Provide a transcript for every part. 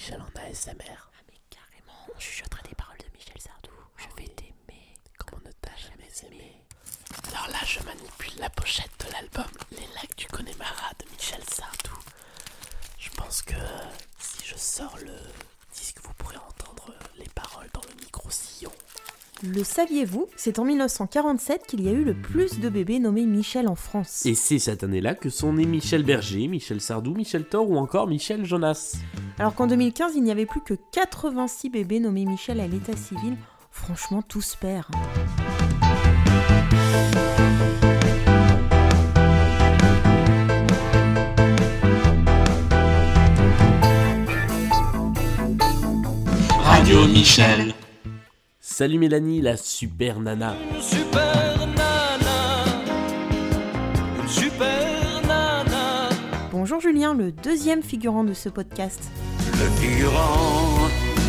Michel en ASMR. Ah mais carrément, on chuchoterait des paroles de Michel Sardou. Je vais t'aimer. Comme on ne t'a jamais aimé. Alors là, je manipule la pochette de l'album Les Lacs du Connemara de Michel Sardou. Je pense que si je sors le disque, vous pourrez entendre les paroles dans le micro-sillon. Le saviez-vous, c'est en 1947 qu'il y a eu le plus de bébés nommés Michel en France. Et c'est cette année-là que sont nés Michel Berger, Michel Sardou, Michel Thor ou encore Michel Jonas. Alors qu'en 2015, il n'y avait plus que 86 bébés nommés Michel à l'état civil. Franchement, tout se perd. Radio Michel. Salut Mélanie, la super nana. Une super nana. Une super nana. Bonjour Julien, le deuxième figurant de ce podcast. Le figurant.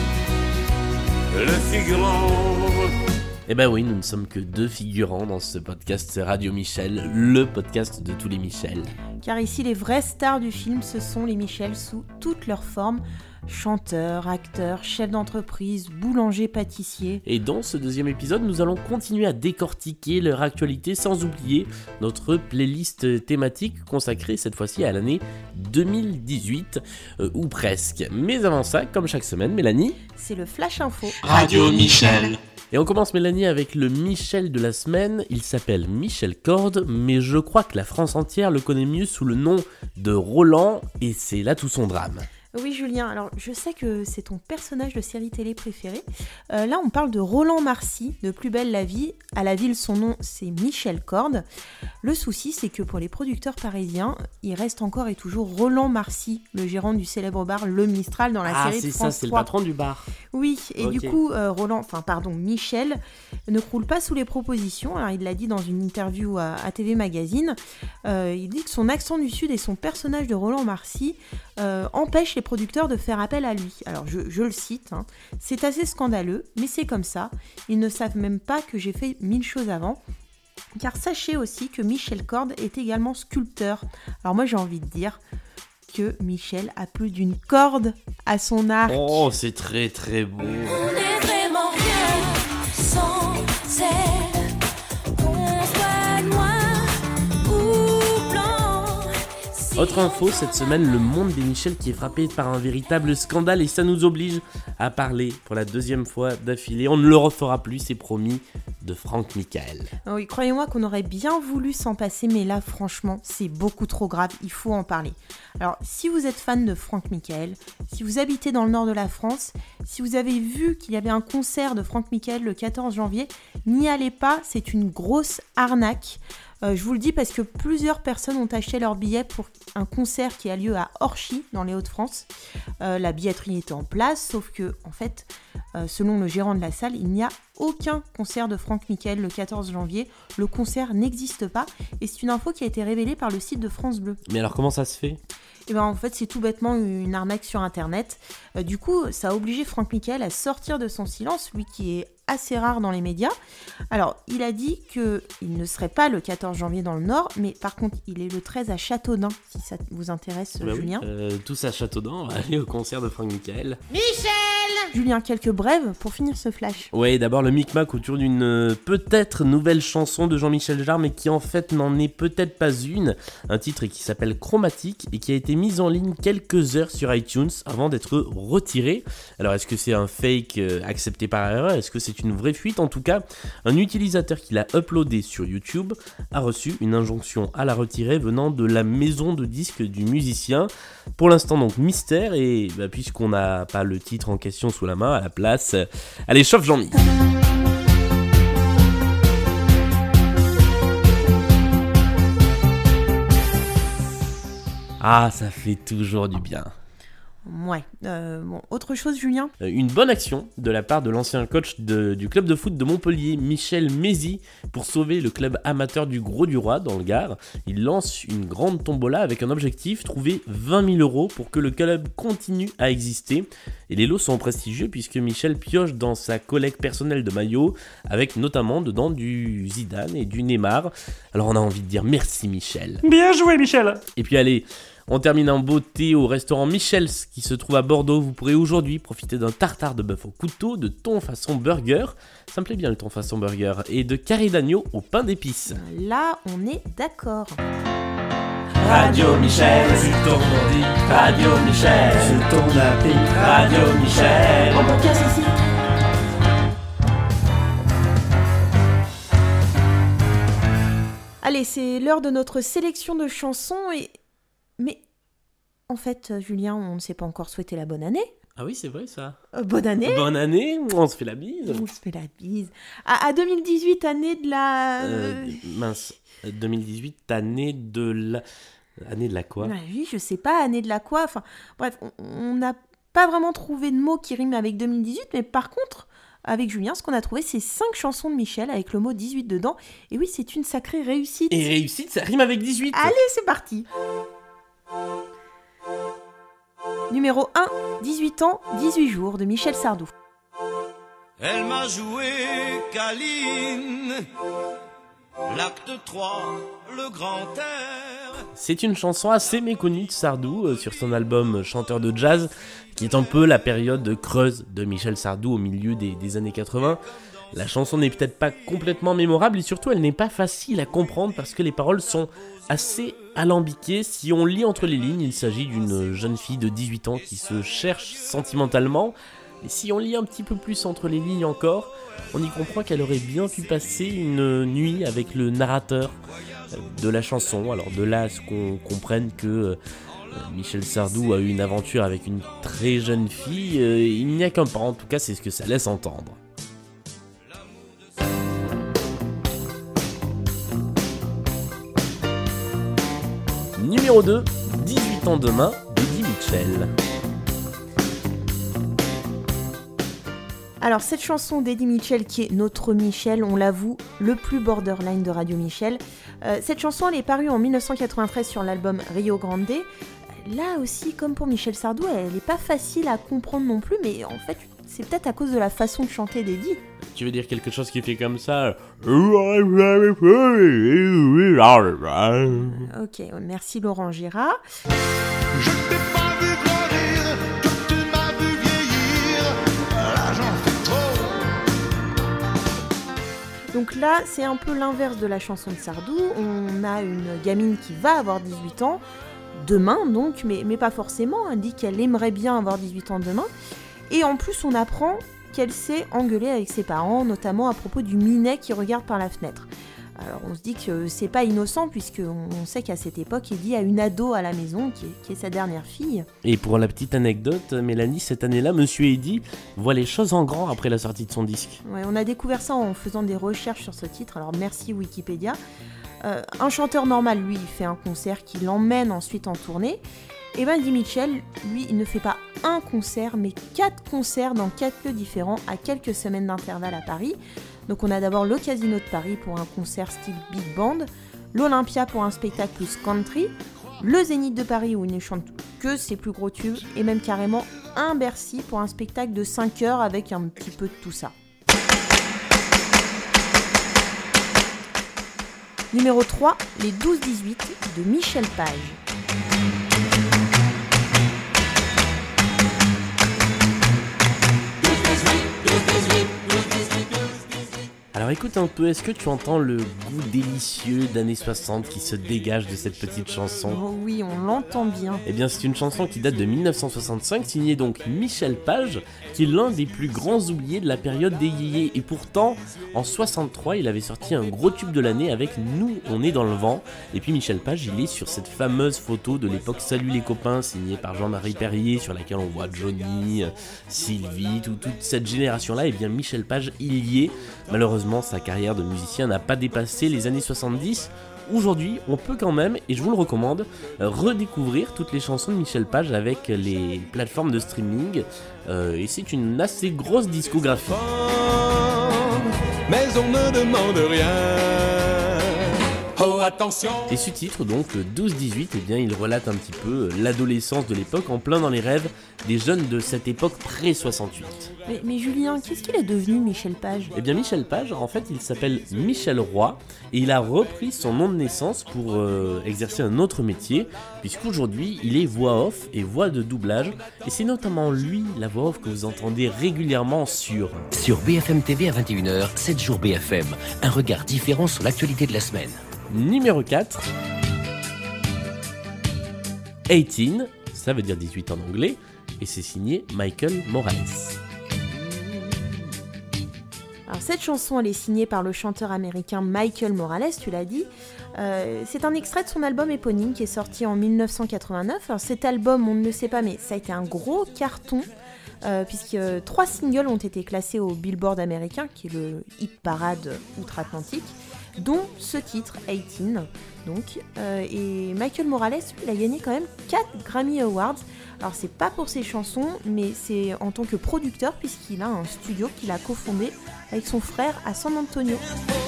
Le figurant. Eh ben oui, nous ne sommes que deux figurants dans ce podcast Radio Michel, le podcast de tous les Michel. Car ici, les vraies stars du film, ce sont les Michel sous toutes leurs formes. Chanteurs, acteurs, chefs d'entreprise, boulangers, pâtissiers. Et dans ce deuxième épisode, nous allons continuer à décortiquer leur actualité sans oublier notre playlist thématique consacrée cette fois-ci à l'année 2018, ou presque. Mais avant ça, comme chaque semaine, Mélanie, C'est le Flash Info. Radio Michel. et on commence Mélanie avec le Michel de la semaine. Il s'appelle Michel Corde, mais je crois que la France entière le connaît mieux sous le nom de Roland, et c'est là tout son drame. Oui Julien, alors je sais que c'est ton personnage de série télé préféré. Là on parle de Roland Marcy, de Plus belle la vie. À la ville son nom c'est Michel Corde. Le souci c'est que pour les producteurs parisiens, il reste encore et toujours Roland Marcy, le gérant du célèbre bar Le Mistral dans la série de c'est France ça, c'est le 3. patron du bar. Oui, et Ok. du coup Michel ne croule pas sous les propositions. Alors il l'a dit dans une interview à TV Magazine. Il dit que son accent du Sud et son personnage de Roland Marcy empêchent les producteurs de faire appel à lui. Alors je le cite, hein. C'est assez scandaleux, mais c'est comme ça. Ils ne savent même pas que j'ai fait 1000 choses avant. Car sachez aussi que Michel Corde est également sculpteur. Alors moi j'ai envie de dire que Michel a plus d'une corde à son arc. Oh, c'est très très beau. On n'est vraiment rien sans elle. Qu'on soit noir ou blanc. Autre info, cette semaine, le monde des Michel qui est frappé par un véritable scandale et ça nous oblige à parler pour la deuxième fois d'affilée. On ne le refera plus, c'est promis, de Franck Michael. Ah oui, croyez-moi qu'on aurait bien voulu s'en passer, mais là, franchement, c'est beaucoup trop grave, il faut en parler. Alors, si vous êtes fan de Franck Michael, si vous habitez dans le nord de la France, si vous avez vu qu'il y avait un concert de Franck Michael le 14 janvier, n'y allez pas, c'est une grosse arnaque. Je vous le dis parce que plusieurs personnes ont acheté leur billet pour un concert qui a lieu à Orchy, dans les Hauts-de-France. La billetterie était en place, sauf que, en fait, selon le gérant de la salle, il n'y a aucun concert de Franck Michael le 14 janvier. Le concert n'existe pas et c'est une info qui a été révélée par le site de France Bleu. Mais alors comment ça se fait ? Et ben en fait, c'est tout bêtement une arnaque sur Internet. Du coup, ça a obligé Franck Michael à sortir de son silence, lui qui est assez rare dans les médias. Alors, il a dit qu'il ne serait pas le 14 janvier dans le Nord, mais par contre, il est le 13 à Châteaudun, si ça vous intéresse, Bah oui, Julien. tous à Châteaudun, on va aller au concert de Franck Michael. Julien, quelques brèves pour finir ce flash. Ouais, d'abord le micmac autour d'une peut-être nouvelle chanson de Jean-Michel Jarre, mais qui en fait n'en est peut-être pas une. Un titre qui s'appelle Chromatique et qui a été mis en ligne quelques heures sur iTunes avant d'être retiré. Alors est-ce que c'est un fake accepté par erreur ? Est-ce que c'est une vraie fuite ? En tout cas, un utilisateur qui l'a uploadé sur YouTube a reçu une injonction à la retirer venant de la maison de disques du musicien. Pour l'instant donc mystère, et puisqu'on n'a pas le titre en question sous la main, à la place, allez chauffe Jean-Mi. Ah, ça fait toujours du bien. Ouais. Bon, autre chose, Julien ? Une bonne action de la part de l'ancien coach du club de foot de Montpellier, Michel Mézy, pour sauver le club amateur du Gros du Roi dans le Gard. Il lance une grande tombola avec un objectif, trouver 20 000 € pour que le club continue à exister. Et les lots sont prestigieux puisque Michel pioche dans sa collecte personnelle de maillots, avec notamment dedans du Zidane et du Neymar. Alors on a envie de dire merci Michel. Bien joué, Michel. Et puis allez, On termine en beauté au restaurant Michel's qui se trouve à Bordeaux. Vous pourrez aujourd'hui profiter d'un tartare de bœuf au couteau, de thon façon burger, ça me plaît bien le thon façon burger, et de carré d'agneau au pain d'épices. Là, on est d'accord. Radio Michel, sur ton ordi. Radio Michel, sur ton appli. Radio Michel. En podcast ici. Allez, c'est l'heure de notre sélection de chansons et... Mais, en fait, Julien, on ne s'est pas encore souhaité la bonne année. Ah oui, c'est vrai ça. Bonne année. Bonne année, on se fait la bise. On se fait la bise. À 2018, année de la... Mince, 2018, année de la... Année de la quoi? Oui, je sais pas, année de la quoi. Enfin, bref, on n'a pas vraiment trouvé de mots qui riment avec 2018, mais par contre... Avec Julien, ce qu'on a trouvé, c'est 5 chansons de Michel avec le mot 18 dedans. Et oui, c'est une sacrée réussite. Et réussite, ça rime avec 18. Allez, c'est parti. Numéro 1, 18 ans, 18 jours de Michel Sardou. Elle m'a joué câline, l'acte 3, le grand air. C'est une chanson assez méconnue de Sardou sur son album Chanteur de jazz, qui est un peu la période creuse de Michel Sardou au milieu des années 80. La chanson n'est peut-être pas complètement mémorable et surtout elle n'est pas facile à comprendre parce que les paroles sont assez alambiquées. Si on lit entre les lignes, il s'agit d'une jeune fille de 18 ans qui se cherche sentimentalement. Et si on lit un petit peu plus entre les lignes encore, on y comprend qu'elle aurait bien pu passer une nuit avec le narrateur de la chanson. Alors de là à ce qu'on comprenne que Michel Sardou a eu une aventure avec une très jeune fille, il n'y a qu'un pas, en tout cas c'est ce que ça laisse entendre. Numéro 2, 18 ans demain, d'Eddie Mitchell. Alors cette chanson d'Eddie Mitchell qui est notre Michel, on l'avoue, le plus borderline de Radio Michel. Cette chanson elle est parue en 1993 sur l'album Rio Grande. Là aussi, comme pour Michel Sardou, elle n'est pas facile à comprendre non plus, mais en fait c'est peut-être à cause de la façon de chanter d'Eddie. Tu veux dire quelque chose qui fait comme ça? Ok, merci Laurent Gérard. Je t'ai pas vu grandir, que tu m'as vu vieillir, là j'en fais trop. Donc là, c'est un peu l'inverse de la chanson de Sardou. On a une gamine qui va avoir 18 ans, demain donc, mais pas forcément. Elle dit qu'elle aimerait bien avoir 18 ans demain. Et en plus, on apprend qu'elle s'est engueulée avec ses parents, notamment à propos du minet qui regarde par la fenêtre. Alors on se dit que c'est pas innocent puisqu'on sait qu'à cette époque, Eddie a une ado à la maison qui est sa dernière fille. Et pour la petite anecdote, Mélanie, cette année-là, Monsieur Eddie voit les choses en grand après la sortie de son disque. Ouais, on a découvert ça en faisant des recherches sur ce titre, alors merci Wikipédia. Un chanteur normal, lui, il fait un concert qui l'emmène ensuite en tournée. Et ben Eddie Mitchell, lui, il ne fait pas un concert, mais 4 concerts dans 4 lieux différents à quelques semaines d'intervalle à Paris. Donc on a d'abord le Casino de Paris pour un concert style big band, l'Olympia pour un spectacle plus country, le Zénith de Paris où il ne chante que ses plus gros tubes, et même carrément un Bercy pour un spectacle de 5 heures avec un petit peu de tout ça. Numéro 3, les 12-18 de Michel Page. Alors écoute un peu, est-ce que tu entends le goût délicieux d'années 60 qui se dégage de cette petite chanson? Oh oui, on l'entend bien. Eh bien c'est une chanson qui date de 1965, signée donc Michel Page, qui est l'un des plus grands oubliés de la période des yéyés. Et pourtant, en 63, il avait sorti un gros tube de l'année avec Nous, on est dans le vent. Et puis Michel Page, il est sur cette fameuse photo de l'époque Salut les copains, signée par Jean-Marie Perrier, sur laquelle on voit Johnny, Sylvie, toute cette génération-là. Et bien Michel Page, il y est. Malheureusement, sa carrière de musicien n'a pas dépassé les années 70. Aujourd'hui, on peut quand même, et je vous le recommande, redécouvrir toutes les chansons de Michel Page avec les plateformes de streaming. Et c'est une assez grosse discographie. Mais on ne demande rien. Oh attention. Et ce titre, donc 12-18, eh bien, il relate un petit peu l'adolescence de l'époque en plein dans les rêves des jeunes de cette époque pré-68. Mais Julien, qu'est-ce qu'il est devenu Michel Page ? Eh bien, Michel Page, en fait, il s'appelle Michel Roy et il a repris son nom de naissance pour exercer un autre métier, puisqu'aujourd'hui, il est voix off et voix de doublage. Et c'est notamment lui, la voix off, que vous entendez régulièrement sur BFM TV à 21h, 7 jours BFM. Un regard différent sur l'actualité de la semaine. Numéro 4, 18, ça veut dire 18 en anglais, et c'est signé Michael Morales. Alors cette chanson, elle est signée par le chanteur américain Michael Morales, tu l'as dit. C'est un extrait de son album éponyme qui est sorti en 1989. Alors cet album, on ne le sait pas, mais ça a été un gros carton, puisque 3 singles ont été classés au Billboard américain, qui est le hit parade outre-Atlantique, dont ce titre, 18. Donc, et Michael Morales, il a gagné quand même 4 Grammy Awards. Alors c'est pas pour ses chansons, mais c'est en tant que producteur, puisqu'il a un studio qu'il a cofondé avec son frère à San Antonio.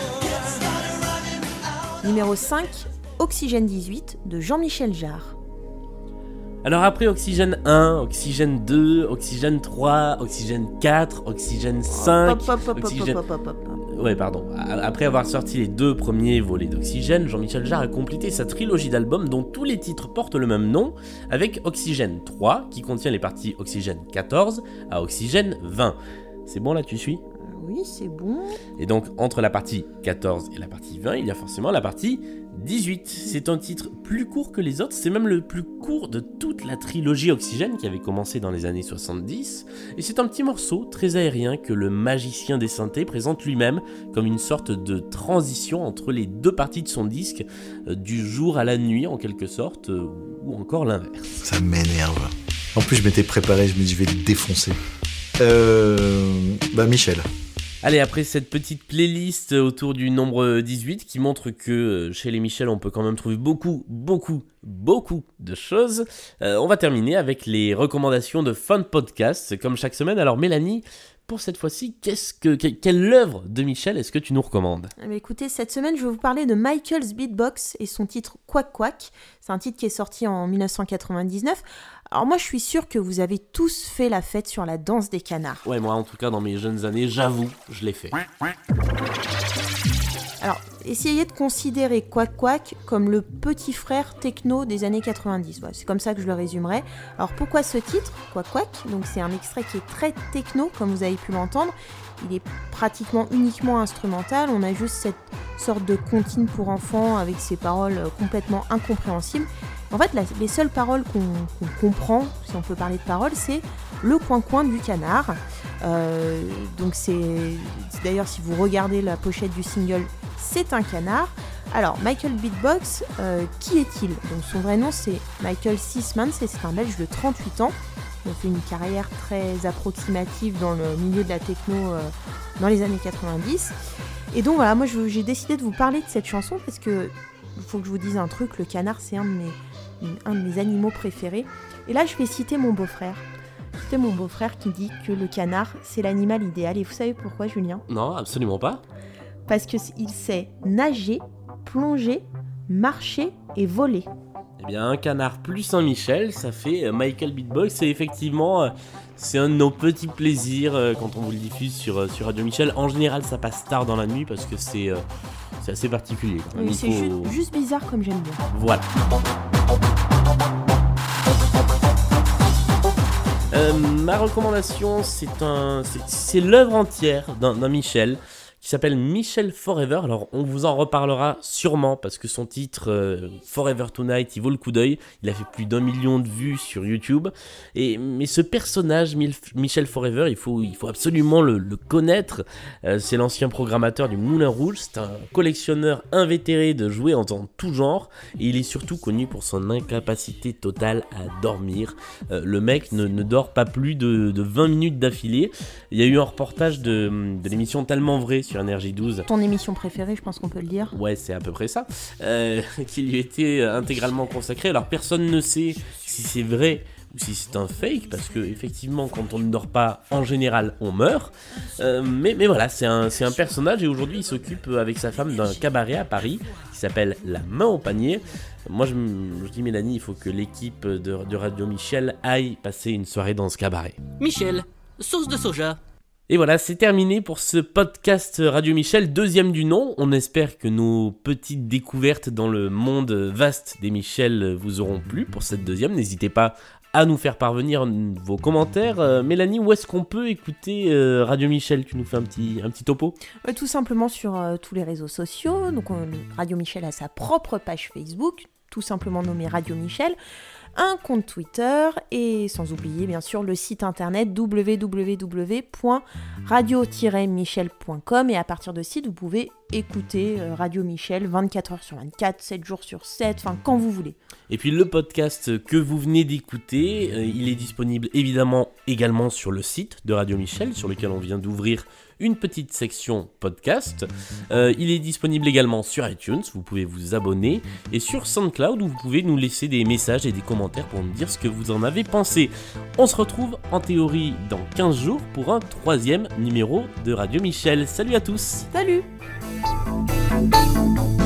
Numéro 5, Oxygène 18 de Jean-Michel Jarre. Alors après Oxygène 1, Oxygène 2, Oxygène 3, Oxygène 4, Oxygène 5... Ouais, pardon. Après avoir sorti les 2 premiers volets d'Oxygène, Jean-Michel Jarre a complété sa trilogie d'albums dont tous les titres portent le même nom, avec Oxygène 3, qui contient les parties Oxygène 14 à Oxygène 20. C'est bon là, tu suis ? Oui, c'est bon. Et donc, entre la partie 14 et la partie 20, il y a forcément la partie 18. C'est un titre plus court que les autres, c'est même le plus court de toute la trilogie Oxygène qui avait commencé dans les années 70. Et c'est un petit morceau très aérien que le magicien des synthés présente lui-même comme une sorte de transition entre les 2 parties de son disque, du jour à la nuit en quelque sorte, ou encore l'inverse. Ça m'énerve. En plus, je m'étais préparé, je me dis, je vais te défoncer. Michel. Allez, après cette petite playlist autour du nombre 18 qui montre que chez les Michel on peut quand même trouver beaucoup de choses, on va terminer avec les recommandations de Fun Podcast comme chaque semaine. Alors Mélanie, pour cette fois-ci, quelle œuvre de Michel est-ce que tu nous recommandes ? Écoutez, cette semaine je vais vous parler de Michael's Beatbox et son titre Quack Quack. C'est un titre qui est sorti en 1999. Alors moi je suis sûre que vous avez tous fait la fête sur la danse des canards. Ouais, moi en tout cas dans mes jeunes années, j'avoue, je l'ai fait. Alors essayez de considérer Quack Quack comme le petit frère techno des années 90. Ouais, c'est comme ça que je le résumerai. Alors pourquoi ce titre, Quack Quack ? Donc c'est un extrait qui est très techno comme vous avez pu l'entendre. Il est pratiquement uniquement instrumental. On a juste cette sorte de comptine pour enfants avec ses paroles complètement incompréhensibles. En fait, les seules paroles qu'on comprend, si on peut parler de paroles, c'est le coin-coin du canard. Donc c'est d'ailleurs, si vous regardez la pochette du single, c'est un canard. Alors, Michael Beatbox, qui est-il ? Donc son vrai nom, c'est Michael Sismans et c'est un Belge de 38 ans. Il a fait une carrière très approximative dans le milieu de la techno dans les années 90. Et donc voilà, moi j'ai décidé de vous parler de cette chanson parce que il faut que je vous dise un truc, le canard c'est un de mes animaux préférés. Et là je vais citer mon beau-frère. C'était mon beau-frère qui dit que le canard c'est l'animal idéal. Et vous savez pourquoi, Julien ? Non, absolument pas. Parce qu'il sait nager, plonger, marcher et voler. Eh bien, un canard plus un Michel, ça fait Michael Beatbox. Et effectivement, c'est un de nos petits plaisirs quand on vous le diffuse sur Radio Michel. En général, ça passe tard dans la nuit parce que c'est assez particulier. Oui, c'est juste bizarre comme j'aime bien. Voilà. Ma recommandation, c'est l'œuvre entière d'un Michel qui s'appelle Michel Forever. Alors on vous en reparlera sûrement parce que son titre Forever Tonight, il vaut le coup d'œil. Il a fait plus d'1 million de vues sur YouTube. Mais ce personnage Michel Forever, il faut absolument le connaître. C'est l'ancien programmateur du Moulin Rouge. C'est un collectionneur invétéré de jouets en tout genre. Et il est surtout connu pour son incapacité totale à dormir. Le mec ne dort pas plus de 20 minutes d'affilée. Il y a eu un reportage de l'émission Tellement Vrai sur NRJ12. Ton émission préférée, je pense qu'on peut le dire. Ouais, c'est à peu près ça. Qui lui était intégralement consacrée. Alors personne ne sait si c'est vrai ou si c'est un fake, parce que effectivement quand on ne dort pas, en général on meurt. Mais voilà, c'est un personnage, et aujourd'hui il s'occupe avec sa femme d'un cabaret à Paris qui s'appelle La Main au Panier. Moi je dis Mélanie, il faut que l'équipe de Radio Michel aille passer une soirée dans ce cabaret. Michel, sauce de soja. Et voilà, c'est terminé pour ce podcast Radio Michel, 2e du nom. On espère que nos petites découvertes dans le monde vaste des Michel vous auront plu pour cette 2e. N'hésitez pas à nous faire parvenir vos commentaires. Mélanie, où est-ce qu'on peut écouter Radio Michel ? Tu nous fais un petit topo ? Tout simplement sur tous les réseaux sociaux. Donc Radio Michel a sa propre page Facebook, tout simplement nommée Radio Michel, un compte Twitter et sans oublier bien sûr le site internet www.radio-michel.com, et à partir de ce site vous pouvez écouter Radio Michel 24h sur 24, 7 jours sur 7, enfin quand vous voulez. Et puis le podcast que vous venez d'écouter, il est disponible évidemment également sur le site de Radio Michel, sur lequel on vient d'ouvrir une petite section podcast. Il est disponible également sur iTunes, vous pouvez vous abonner, et sur SoundCloud où vous pouvez nous laisser des messages et des commentaires pour nous dire ce que vous en avez pensé. On se retrouve en théorie dans 15 jours pour un 3e numéro de Radio Michel. Salut à tous. Salut.